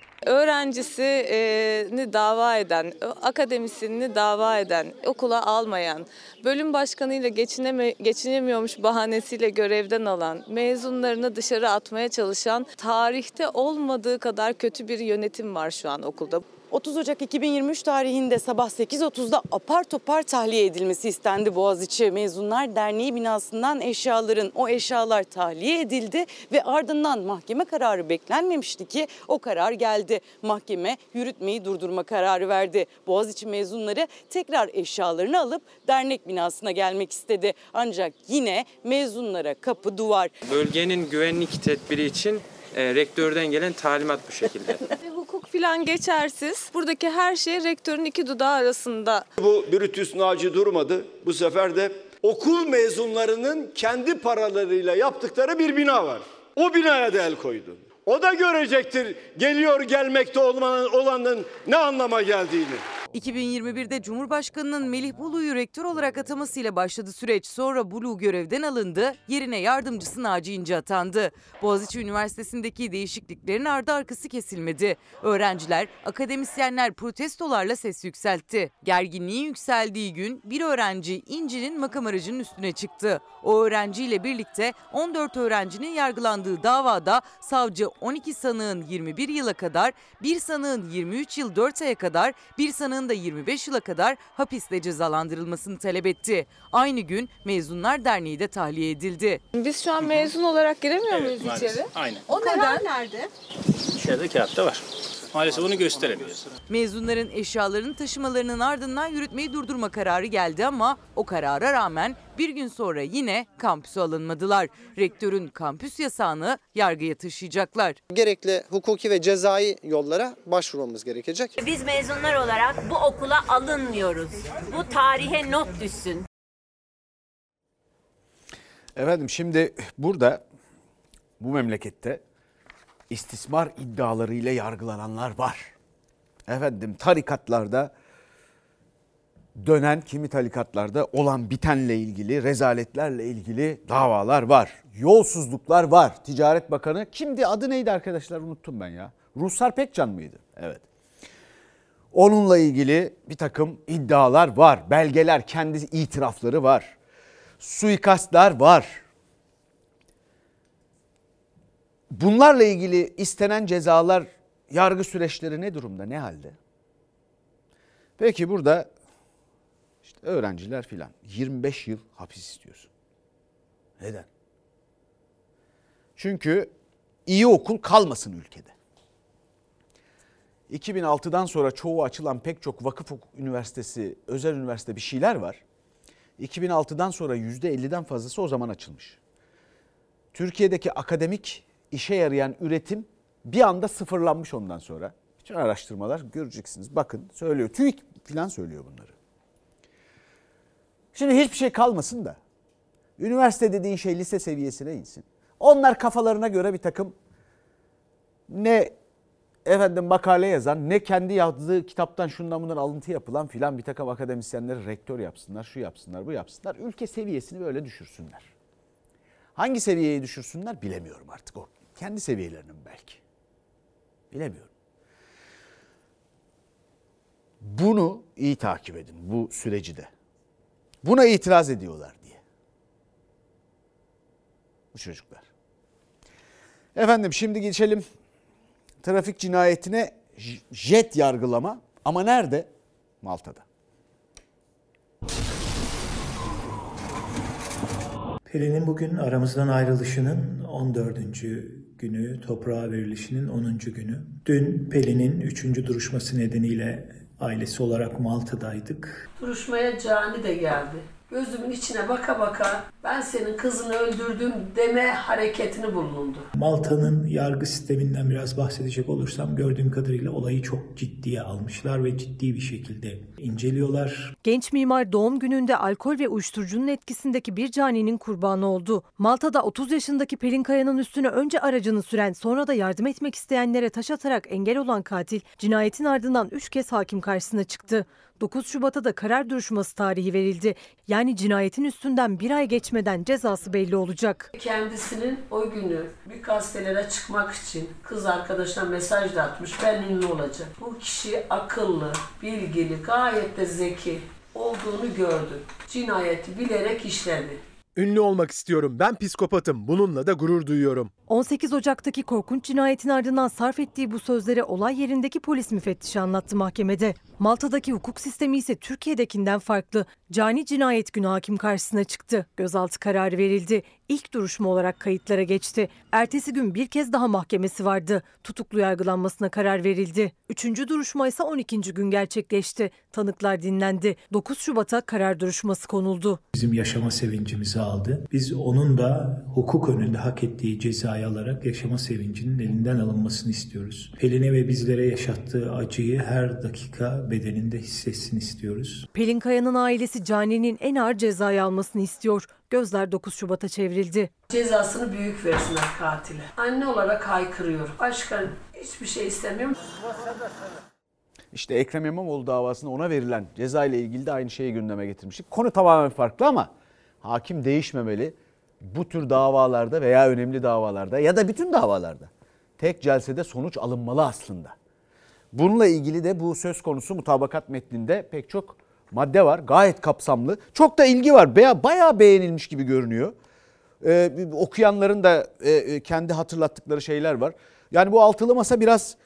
S15: Öğrencisini dava eden, akademisyenini dava eden, okula almayan, bölüm başkanıyla geçinemiyormuş bahanesiyle görevden alan, mezunlarını dışarı atmaya çalışan, tarihte olmadığı kadar kötü bir yönetim var şu an okulda.
S16: 30 Ocak 2023 tarihinde sabah 8.30'da apar topar tahliye edilmesi istendi. Boğaziçi Mezunlar Derneği binasından o eşyalar tahliye edildi ve ardından mahkeme kararı beklenmemişti ki o karar geldi. Mahkeme yürütmeyi durdurma kararı verdi. Boğaziçi mezunları tekrar eşyalarını alıp dernek binasına gelmek istedi. Ancak yine mezunlara kapı duvar.
S17: Bölgenin güvenlik tedbiri için rektörden gelen talimat bu şekilde.
S15: Hukuk filan geçersiz. Buradaki her şey rektörün iki dudağı arasında.
S2: Bu Brutus Naci durmadı. Bu sefer de okul mezunlarının kendi paralarıyla yaptıkları bir bina var. O binaya da el koydu. O da görecektir geliyor gelmekte olanın ne anlama geldiğini.
S16: 2021'de Cumhurbaşkanı'nın Melih Bulu'yu rektör olarak atamasıyla başladı süreç. Sonra Bulu görevden alındı, yerine yardımcısı Naci İnce atandı. Boğaziçi Üniversitesi'ndeki değişikliklerin ardı arkası kesilmedi. Öğrenciler, akademisyenler protestolarla ses yükseltti. Gerginliğin yükseldiği gün bir öğrenci İnci'nin makam aracının üstüne çıktı. O öğrenciyle birlikte 14 öğrencinin yargılandığı davada savcı 12 sanığın 21 yıla kadar, bir sanığın 23 yıl 4 aya kadar, bir sanığın da 25 yıla kadar hapisle cezalandırılmasını talep etti. Aynı gün Mezunlar Derneği de tahliye edildi.
S15: Biz şu an mezun olarak giremiyor muyuz içeri?
S31: Aynen.
S15: O neden? Nerede?
S31: İçeride kağıtta var.
S4: Maalesef bunu gösteremiyoruz.
S16: Mezunların eşyalarını taşımalarının ardından yürütmeyi durdurma kararı geldi ama o karara rağmen bir gün sonra yine kampüse alınmadılar. Rektörün kampüs yasağını yargıya taşıyacaklar.
S6: Gerekli hukuki ve cezai yollara başvurmamız gerekecek.
S19: Biz mezunlar olarak bu okula alınmıyoruz. Bu tarihe not düşsün.
S1: Efendim şimdi burada bu memlekette istismar iddialarıyla yargılananlar var. Efendim tarikatlarda dönen, kimi tarikatlarda olan bitenle ilgili, rezaletlerle ilgili davalar var. Yolsuzluklar var. Ticaret Bakanı kimdi? Adı neydi arkadaşlar? Unuttum ben ya. Ruhsar Pekcan mıydı? Evet. Onunla ilgili bir takım iddialar var. Belgeler, kendi itirafları var. Suikastlar var. Bunlarla ilgili istenen cezalar, yargı süreçleri ne durumda, ne halde? Peki burada işte öğrenciler filan 25 yıl hapis istiyorsun. Neden? Çünkü iyi okul kalmasın ülkede. 2006'dan sonra çoğu açılan pek çok vakıf üniversitesi, özel üniversite bir şeyler var. 2006'dan sonra %50'den fazlası o zaman açılmış. Türkiye'deki akademik işe yarayan üretim bir anda sıfırlanmış ondan sonra. Bütün araştırmalar göreceksiniz. Bakın söylüyor. TÜİK falan söylüyor bunları. Şimdi hiçbir şey kalmasın da üniversite dediğin şey lise seviyesine insin. Onlar kafalarına göre bir takım ne makale yazan, ne kendi yazdığı kitaptan şundan bundan alıntı yapılan filan bir takım akademisyenleri rektör yapsınlar, şu yapsınlar, bu yapsınlar. Ülke seviyesini böyle düşürsünler. Hangi seviyeye düşürsünler bilemiyorum artık o. Kendi seviyelerinin belki. Bilemiyorum. Bunu iyi takip edin, bu süreci de. Buna itiraz ediyorlar diye. Bu çocuklar. Efendim şimdi geçelim trafik cinayetine, jet yargılama. Ama nerede? Malta'da.
S10: Pelin'in bugün aramızdan ayrılışının 14. günü, toprağa verilişinin 10. günü. Dün Pelin'in 3. duruşması nedeniyle ailesi olarak Malta'daydık.
S20: Duruşmaya Cani de geldi. Gözümün içine baka baka ben senin kızını öldürdüm deme hareketini bulundu.
S10: Malta'nın yargı sisteminden biraz bahsedecek olursam gördüğüm kadarıyla olayı çok ciddiye almışlar ve ciddi bir şekilde inceliyorlar.
S21: Genç mimar doğum gününde alkol ve uyuşturucunun etkisindeki bir caninin kurbanı oldu. Malta'da 30 yaşındaki Pelin Kaya'nın üstüne önce aracını süren sonra da yardım etmek isteyenlere taş atarak engel olan katil cinayetin ardından 3 kez hakim karşısına çıktı. 9 Şubat'ta da karar duruşması tarihi verildi. Yani cinayetin üstünden bir ay geçmeden cezası belli olacak.
S20: Kendisinin o günü bir gazetelere çıkmak için kız arkadaşına mesaj da atmış. Ben ünlü olacağım. Bu kişi akıllı, bilgili, gayet de zeki olduğunu gördüm. Cinayeti bilerek işledi.
S22: Ünlü olmak istiyorum. Ben psikopatım. Bununla da gurur duyuyorum.
S21: 18 Ocak'taki korkunç cinayetin ardından sarf ettiği bu sözleri olay yerindeki polis müfettişi anlattı mahkemede. Malta'daki hukuk sistemi ise Türkiye'dekinden farklı. Cani cinayet günü hakim karşısına çıktı. Gözaltı kararı verildi. İlk duruşma olarak kayıtlara geçti. Ertesi gün bir kez daha mahkemesi vardı. Tutuklu yargılanmasına karar verildi. 3. duruşma ise 12. gün gerçekleşti. Tanıklar dinlendi. 9 Şubat'a karar duruşması konuldu.
S10: Bizim yaşama sevincimizi aldı. Biz onun da hukuk önünde hak ettiği cezayı alarak yaşama sevincinin elinden alınmasını istiyoruz. Pelin'e ve bizlere yaşattığı acıyı her dakika bedeninde hissetsin istiyoruz.
S21: Pelin Kaya'nın ailesi Cani'nin en ağır cezayı almasını istiyor. Gözler 9 Şubat'a çevrildi.
S20: Cezasını büyük versinler katile. Anne olarak haykırıyorum. Başka hiçbir şey istemiyorum.
S1: İşte Ekrem İmamoğlu davasında ona verilen ceza ile ilgili de aynı şeyi gündeme getirmiştik. Konu tamamen farklı ama hakim değişmemeli. Bu tür davalarda veya önemli davalarda ya da bütün davalarda tek celsede sonuç alınmalı aslında. Bununla ilgili de bu söz konusu mutabakat metninde pek çok madde var. Gayet kapsamlı. Çok da ilgi var. Bayağı beğenilmiş gibi görünüyor. Okuyanların da kendi hatırlattıkları şeyler var. Yani bu altılı masa biraz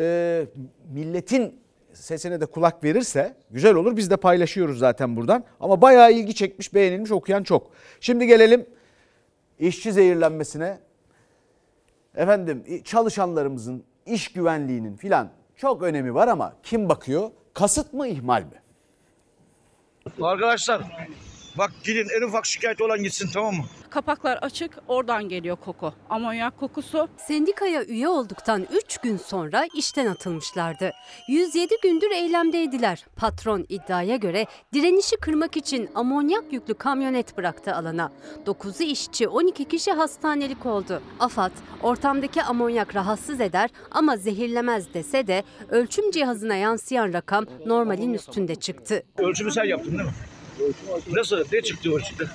S1: milletin sesine de kulak verirse güzel olur. Biz de paylaşıyoruz zaten buradan. Ama bayağı ilgi çekmiş, beğenilmiş, okuyan çok. Şimdi gelelim işçi zehirlenmesine. Efendim çalışanlarımızın iş güvenliğinin filan çok önemi var ama kim bakıyor? Kasıt mı, ihmal mi?
S3: Arkadaşlar bak gidin, en ufak şikayet olan gitsin, tamam mı?
S4: Kapaklar açık, oradan geliyor koku. Amonyak kokusu.
S5: Sendikaya üye olduktan 3 gün sonra işten atılmışlardı. 107 gündür eylemdeydiler. Patron iddiaya göre direnişi kırmak için amonyak yüklü kamyonet bıraktı alana. 9'u işçi, 12 kişi hastanelik oldu. AFAD ortamdaki amonyak rahatsız eder ama zehirlemez dese de ölçüm cihazına yansıyan rakam normalin üstünde çıktı.
S3: Ölçümü sen yaptın değil mi? Nasıl? Ne çıktı ölçümde?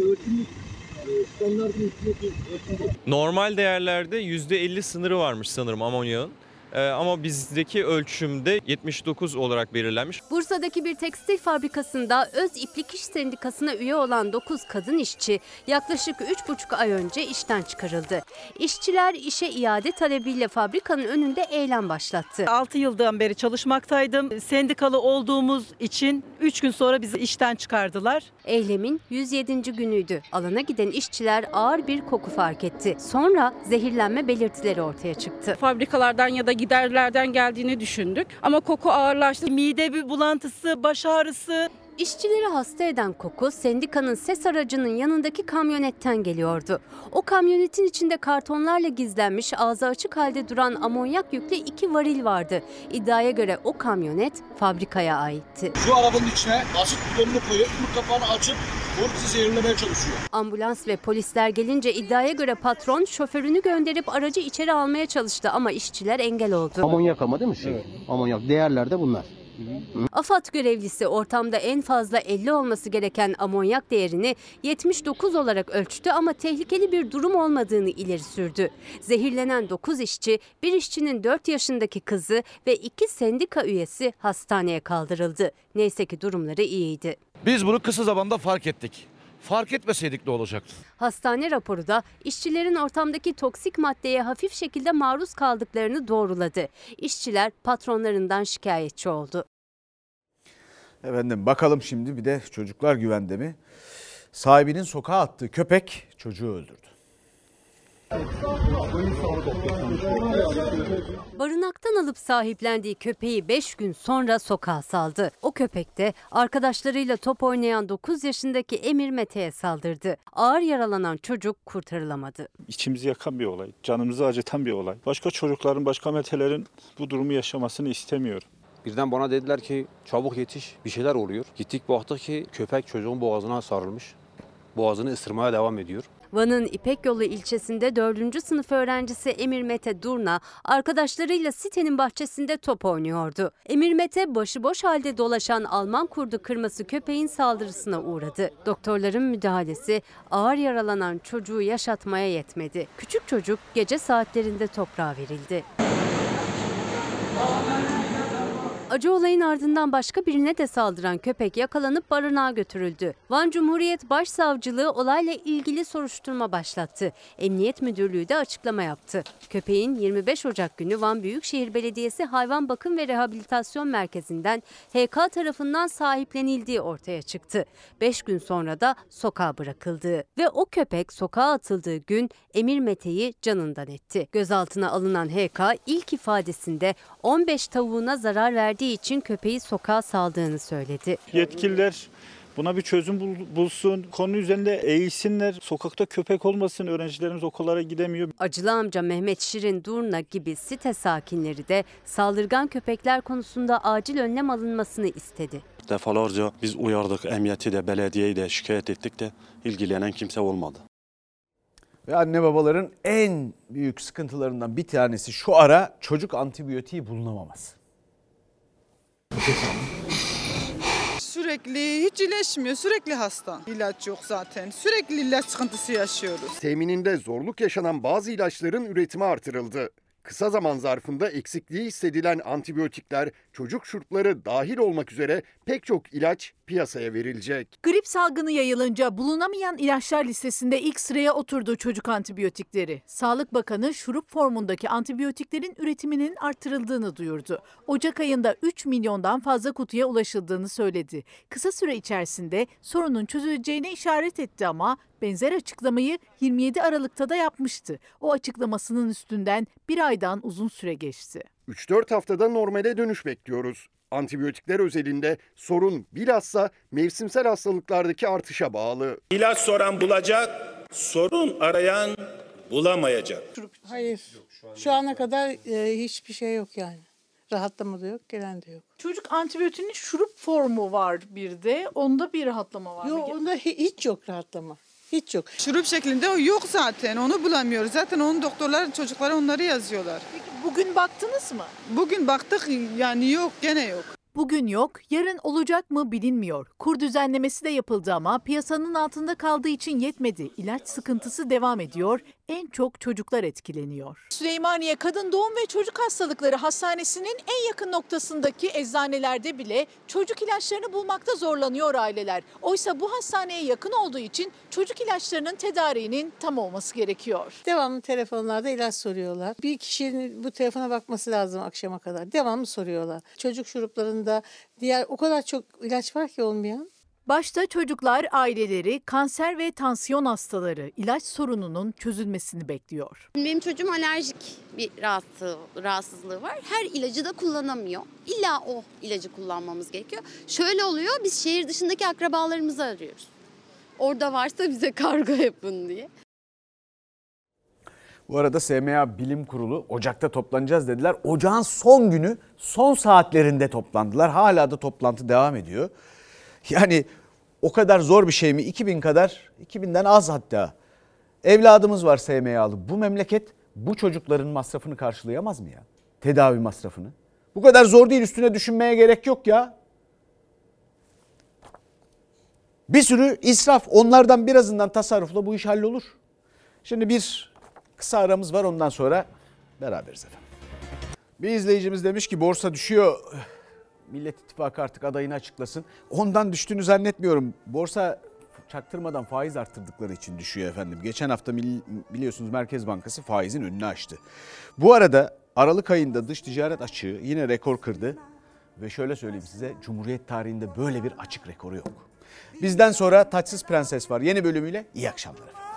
S8: Normal değerlerde %50 sınırı varmış sanırım amonyağın. Ama bizdeki ölçümde 79 olarak belirlenmiş.
S5: Bursa'daki bir tekstil fabrikasında Öz İplik İş Sendikası'na üye olan 9 kadın işçi yaklaşık 3,5 ay önce işten çıkarıldı. İşçiler işe iade talebiyle fabrikanın önünde eylem başlattı.
S23: 6 yıldan beri çalışmaktaydım. Sendikalı olduğumuz için 3 gün sonra bizi işten çıkardılar.
S5: Eylemin 107. günüydü. Alana giden işçiler ağır bir koku fark etti. Sonra zehirlenme belirtileri ortaya çıktı.
S4: Fabrikalardan ya da giderlerden geldiğini düşündük ama koku ağırlaştı.
S23: Mide bir bulantısı, baş ağrısı.
S5: İşçileri hasta eden koku sendikanın ses aracının yanındaki kamyonetten geliyordu. O kamyonetin içinde kartonlarla gizlenmiş, ağzı açık halde duran amonyak yüklü 2 varil vardı. İddiaya göre o kamyonet fabrikaya aitti.
S3: Şu arabanın içine asit bidonunu koyup bu kapağını açıp onu bizi zehirlemeye çalışıyor.
S5: Ambulans ve polisler gelince iddiaya göre patron şoförünü gönderip aracı içeri almaya çalıştı ama işçiler engel oldu.
S24: Amonyak ama değil mi? Evet. Amonyak değerler de bunlar.
S5: AFAD görevlisi ortamda en fazla 50 olması gereken amonyak değerini 79 olarak ölçtü ama tehlikeli bir durum olmadığını ileri sürdü. Zehirlenen 9 işçi, bir işçinin 4 yaşındaki kızı ve 2 sendika üyesi hastaneye kaldırıldı. Neyse ki durumları iyiydi.
S3: Biz bunu kısa zamanda fark ettik. Fark etmeseydik ne olacaktı?
S5: Hastane raporu da işçilerin ortamdaki toksik maddeye hafif şekilde maruz kaldıklarını doğruladı. İşçiler patronlarından şikayetçi oldu.
S1: Efendim bakalım şimdi bir de çocuklar güvende mi? Sahibinin sokağa attığı köpek çocuğu öldürdü.
S5: Barınaktan alıp sahiplendiği köpeği 5 gün sonra sokağa saldı. O köpek de arkadaşlarıyla top oynayan 9 yaşındaki Emir Mete'ye saldırdı. Ağır yaralanan çocuk kurtarılamadı.
S31: İçimizi yakan bir olay, canımızı acıtan bir olay. Başka çocukların, başka Mete'lerin bu durumu yaşamasını istemiyorum.
S25: Birden bana dediler ki çabuk yetiş, bir şeyler oluyor. Gittik baktık ki köpek çocuğun boğazına sarılmış. Boğazını ısırmaya devam ediyor.
S5: Van'ın İpekyolu ilçesinde 4. sınıf öğrencisi Emir Mete Durna arkadaşlarıyla sitenin bahçesinde top oynuyordu. Emir Mete başıboş halde dolaşan Alman kurdu kırması köpeğin saldırısına uğradı. Doktorların müdahalesi ağır yaralanan çocuğu yaşatmaya yetmedi. Küçük çocuk gece saatlerinde toprağa verildi. Acı olayın ardından başka birine de saldıran köpek yakalanıp barınağa götürüldü. Van Cumhuriyet Başsavcılığı olayla ilgili soruşturma başlattı. Emniyet Müdürlüğü de açıklama yaptı. Köpeğin 25 Ocak günü Van Büyükşehir Belediyesi Hayvan Bakım ve Rehabilitasyon Merkezi'nden HK tarafından sahiplenildiği ortaya çıktı. 5 gün sonra da sokağa bırakıldığı ve o köpek sokağa atıldığı gün Emir Mete'yi canından etti. Gözaltına alınan HK ilk ifadesinde 15 tavuğuna zarar verdiği için köpeği sokağa saldığını söyledi.
S31: Yetkililer buna bir çözüm bulsun, konu üzerinde eğilsinler, sokakta köpek olmasın, öğrencilerimiz okullara gidemiyor.
S5: Acılı amca Mehmet Şirin Durna gibi site sakinleri de saldırgan köpekler konusunda acil önlem alınmasını istedi.
S25: Defalarca biz uyardık, emniyeti de belediyeyi de şikayet ettik de ilgilenen kimse olmadı.
S1: Ve anne babaların en büyük sıkıntılarından bir tanesi şu ara çocuk antibiyotiği bulunamaması.
S12: Sürekli hiç iyileşmiyor, sürekli hasta. İlaç yok zaten, sürekli ilaç sıkıntısı yaşıyoruz.
S26: Temininde zorluk yaşanan bazı ilaçların üretimi artırıldı. Kısa zaman zarfında eksikliği hissedilen antibiyotikler, çocuk şurupları dahil olmak üzere pek çok ilaç piyasaya verilecek.
S27: Grip salgını yayılınca bulunamayan ilaçlar listesinde ilk sıraya oturdu çocuk antibiyotikleri. Sağlık Bakanı şurup formundaki antibiyotiklerin üretiminin artırıldığını duyurdu. Ocak ayında 3 milyondan fazla kutuya ulaşıldığını söyledi. Kısa süre içerisinde sorunun çözüleceğine işaret etti ama Benzer açıklamayı 27 Aralık'ta da yapmıştı. O açıklamasının üstünden bir aydan uzun süre geçti.
S26: 3-4 haftada normale dönüş bekliyoruz. Antibiyotikler özelinde sorun bilhassa mevsimsel hastalıklardaki artışa bağlı.
S2: İlaç soran bulacak, sorun arayan bulamayacak.
S7: Hayır. Şu ana kadar hiçbir şey yok yani. Rahatlama da yok, gelen de yok.
S27: Çocuk antibiyotiğinin şurup formu var bir de. Onda bir rahatlama var mı?
S7: Yok, onda hiç yok rahatlama. Hiç yok.
S12: Şurup şeklinde o yok zaten. Onu bulamıyoruz. Zaten onun doktorlar çocuklara onları yazıyorlar.
S27: Peki bugün baktınız mı?
S12: Bugün baktık yani yok, gene yok.
S27: Bugün yok, yarın olacak mı bilinmiyor. Kur düzenlemesi de yapıldı ama piyasanın altında kaldığı için yetmedi. İlaç sıkıntısı devam ediyor. En çok çocuklar etkileniyor. Süleymaniye Kadın Doğum ve Çocuk Hastalıkları Hastanesi'nin en yakın noktasındaki eczanelerde bile çocuk ilaçlarını bulmakta zorlanıyor aileler. Oysa bu hastaneye yakın olduğu için çocuk ilaçlarının tedariğinin tam olması gerekiyor.
S7: Devamlı telefonlarda ilaç soruyorlar. Bir kişinin bu telefona bakması lazım akşama kadar. Devamlı soruyorlar. Çocuk şuruplarında diğer o kadar çok ilaç var ki olmayan.
S27: Başta çocuklar, aileleri, kanser ve tansiyon hastaları ilaç sorununun çözülmesini bekliyor.
S9: Benim çocuğum alerjik bir rahatsızlığı var. Her ilacı da kullanamıyor. İlla o ilacı kullanmamız gerekiyor. Şöyle oluyor, biz şehir dışındaki akrabalarımızı arıyoruz. Orada varsa bize kargo yapın diye.
S1: Bu arada SMA Bilim Kurulu Ocak'ta toplanacağız dediler. Ocağın son günü, son saatlerinde toplandılar. Hala da toplantı devam ediyor. Yani o kadar zor bir şey mi? 2000'den az hatta. Evladımız var SMA'lı. Bu memleket bu çocukların masrafını karşılayamaz mı ya? Tedavi masrafını. Bu kadar zor değil, üstüne düşünmeye gerek yok ya. Bir sürü israf, onlardan birazından tasarrufla bu iş hallolur. Şimdi bir kısa aramız var, ondan sonra beraberiz efendim. Bir izleyicimiz demiş ki borsa düşüyor. Millet İttifakı artık adayını açıklasın. Ondan düştüğünü zannetmiyorum. Borsa çaktırmadan faiz arttırdıkları için düşüyor efendim. Geçen hafta biliyorsunuz Merkez Bankası faizin önünü açtı. Bu arada Aralık ayında dış ticaret açığı yine rekor kırdı. Ve şöyle söyleyeyim size, Cumhuriyet tarihinde böyle bir açık rekoru yok. Bizden sonra Taçsız Prenses var yeni bölümüyle. İyi akşamlar efendim.